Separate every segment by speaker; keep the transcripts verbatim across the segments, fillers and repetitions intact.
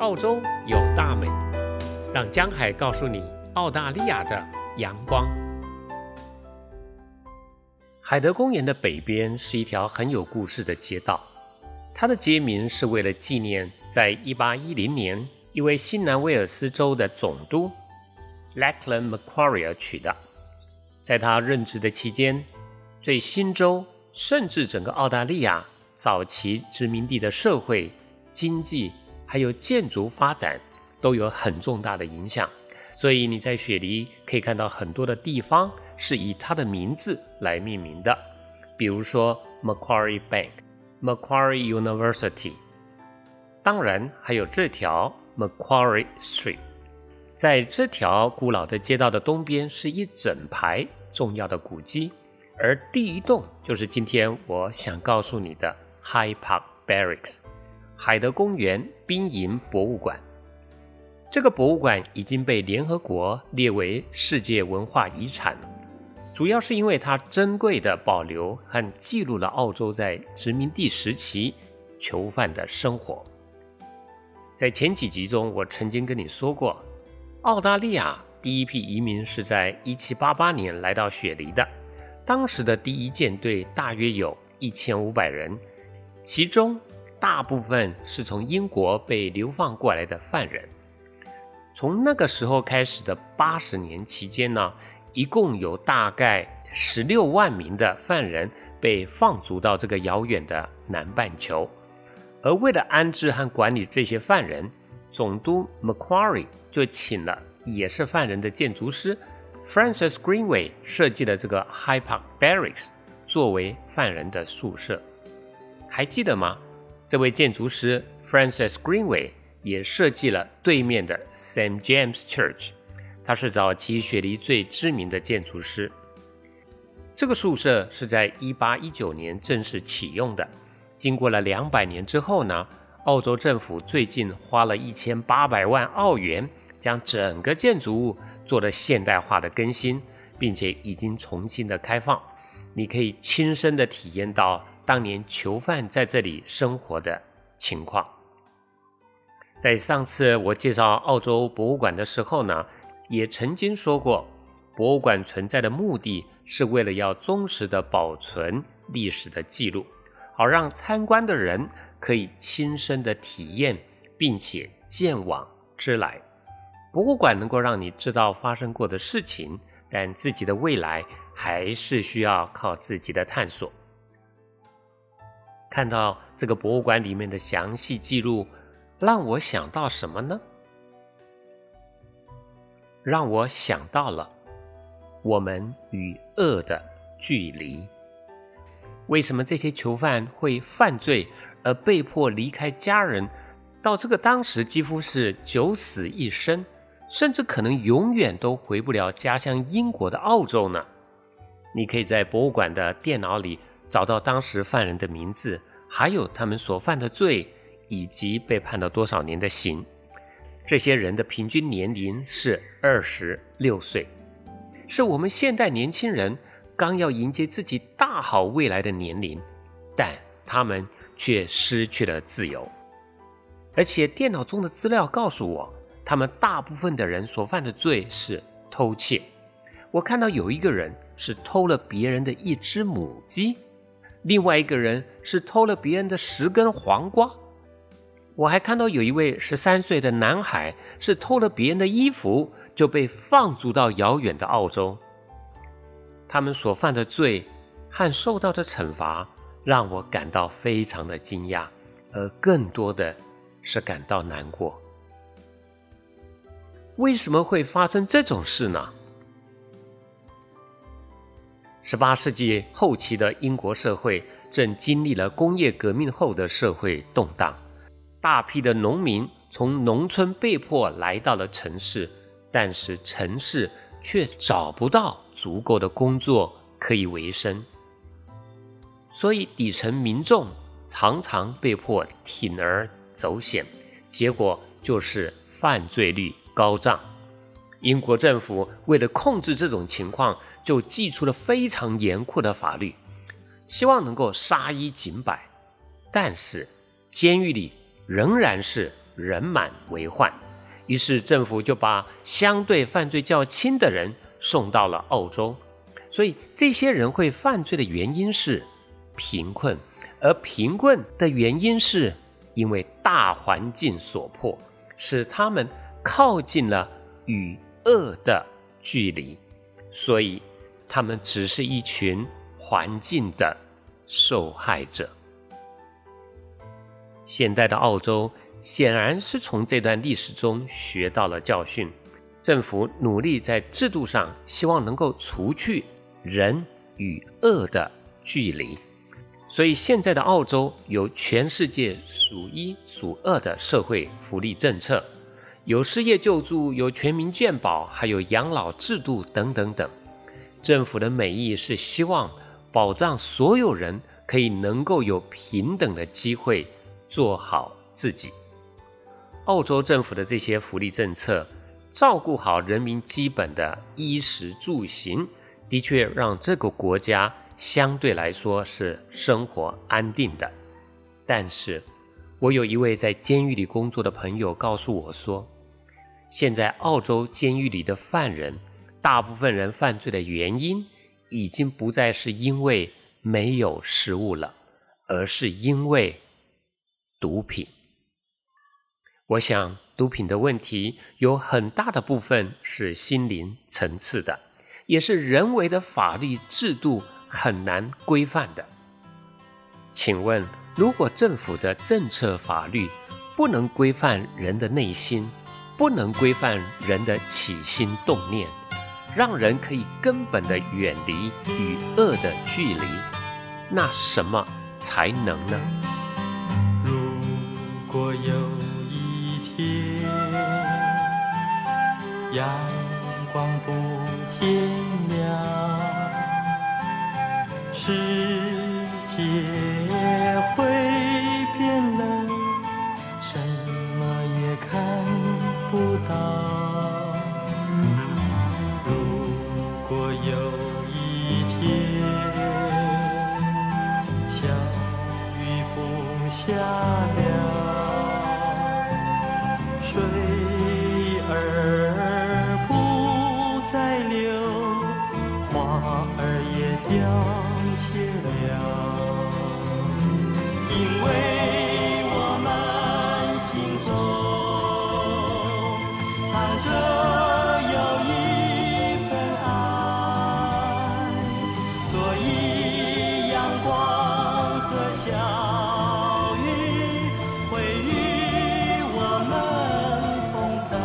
Speaker 1: 澳洲有大美，让江海告诉你澳大利亚的阳光。海德公园的北边是一条很有故事的街道，它的街名是为了纪念在一八一零年一位新南威尔斯州的总督 Lachlan Macquarie 而取的。在他任职的期间，对新州甚至整个澳大利亚早期殖民地的社会、经济还有建筑发展都有很重大的影响，所以你在雪梨可以看到很多的地方是以他的名字来命名的，比如说 Macquarie Bank、Macquarie University， 当然还有这条 Macquarie Street。 在这条古老的街道的东边是一整排重要的古迹，而第一栋就是今天我想告诉你的 Hyde Park Barracks 海德公园兵营博物馆。这个博物馆已经被联合国列为世界文化遗产，主要是因为它珍贵的保留和记录了澳洲在殖民地时期囚犯的生活。在前几集中我曾经跟你说过，澳大利亚第一批移民是在一七八八年来到雪梨的，当时的第一舰队大约有一千五百人，其中大部分是从英国被流放过来的犯人。从那个时候开始的八十年期间呢，一共有大概十六万名的犯人被放逐到这个遥远的南半球。而为了安置和管理这些犯人，总督 Macquarie 就请了也是犯人的建筑师 Francis Greenway 设计了这个 Hyde Park Barracks 作为犯人的宿舍。还记得吗？这位建筑师 Francis Greenway 也设计了对面的 Saint James Church， 他是早期雪梨最知名的建筑师。这个宿舍是在一八一九年正式启用的，经过了两百年之后呢，澳洲政府最近花了一千八百万澳元将整个建筑物做了现代化的更新，并且已经重新的开放，你可以亲身的体验到当年囚犯在这里生活的情况。在上次我介绍澳洲博物馆的时候呢，也曾经说过，博物馆存在的目的是为了要忠实的保存历史的记录，好让参观的人可以亲身的体验，并且见往知来。博物馆能够让你知道发生过的事情，但自己的未来还是需要靠自己的探索。看到这个博物馆里面的详细记录，让我想到什么呢？让我想到了我们与恶的距离。为什么这些囚犯会犯罪而被迫离开家人，到这个当时几乎是九死一生，甚至可能永远都回不了家乡英国的澳洲呢？你可以在博物馆的电脑里找到当时犯人的名字，还有他们所犯的罪，以及被判了多少年的刑。这些人的平均年龄是二十六岁，是我们现代年轻人刚要迎接自己大好未来的年龄，但他们却失去了自由。而且电脑中的资料告诉我，他们大部分的人所犯的罪是偷窃。我看到有一个人是偷了别人的一只母鸡，另外一个人是偷了别人的十根黄瓜。我还看到有一位十三岁的男孩是偷了别人的衣服，就被放逐到遥远的澳洲。他们所犯的罪和受到的惩罚让我感到非常的惊讶，而更多的是感到难过。为什么会发生这种事呢？十八世纪后期的英国社会正经历了工业革命后的社会动荡，大批的农民从农村被迫来到了城市，但是城市却找不到足够的工作可以维生，所以底层民众常常被迫铤而走险，结果就是犯罪率高涨。英国政府为了控制这种情况，就祭出了非常严酷的法律，希望能够杀一儆百，但是监狱里仍然是人满为患，于是政府就把相对犯罪较轻的人送到了澳洲。所以这些人会犯罪的原因是贫困，而贫困的原因是因为大环境所迫，使他们靠近了与恶的距离，所以他们只是一群环境的受害者。现代的澳洲显然是从这段历史中学到了教训，政府努力在制度上希望能够除去人与恶的距离，所以现在的澳洲有全世界数一数二的社会福利政策，有失业救助，有全民健保，还有养老制度等等等。政府的美意是希望保障所有人可以能够有平等的机会做好自己。澳洲政府的这些福利政策照顾好人民基本的衣食住行，的确让这个国家相对来说是生活安定的。但是我有一位在监狱里工作的朋友告诉我说，现在澳洲监狱里的犯人，大部分人犯罪的原因已经不再是因为没有食物了，而是因为毒品。我想毒品的问题有很大的部分是心灵层次的，也是人为的法律制度很难规范的。请问，如果政府的政策法律不能规范人的内心，不能规范人的起心动念，让人可以根本的远离与恶的距离，那什么才能呢？
Speaker 2: 如果有一天阳光不见了，世界会变了，什么也看不到。如果有一天小雨不下了，水儿不再流，花儿也凋谢了，因为我们心中藏着有一份爱，所以阳光和小雨会与我们同在。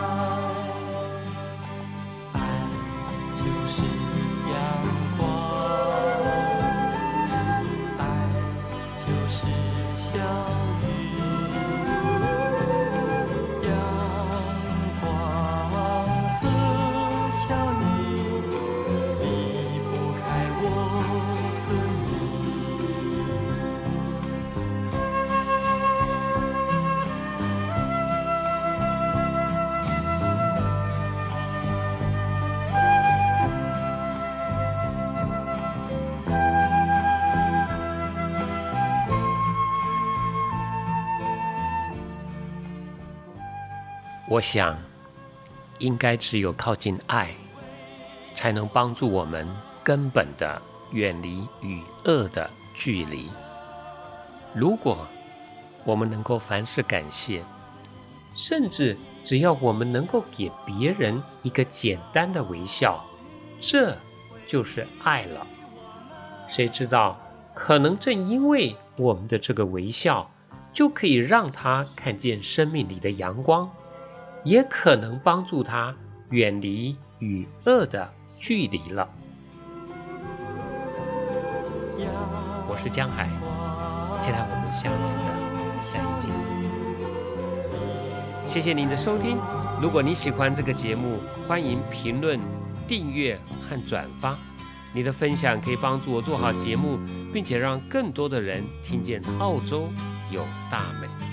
Speaker 2: 爱就是阳光，爱就是小雨，阳光和小雨离不开我和你。
Speaker 1: 我想应该只有靠近爱，才能帮助我们根本的远离与恶的距离。如果我们能够凡事感谢，甚至只要我们能够给别人一个简单的微笑，这就是爱了。谁知道，可能正因为我们的这个微笑，就可以让他看见生命里的阳光，也可能帮助他远离与恶的距离了。我是江海，期待我们下次的再见。谢谢您的收听，如果你喜欢这个节目，欢迎评论、订阅和转发。你的分享可以帮助我做好节目，并且让更多的人听见澳洲有大美。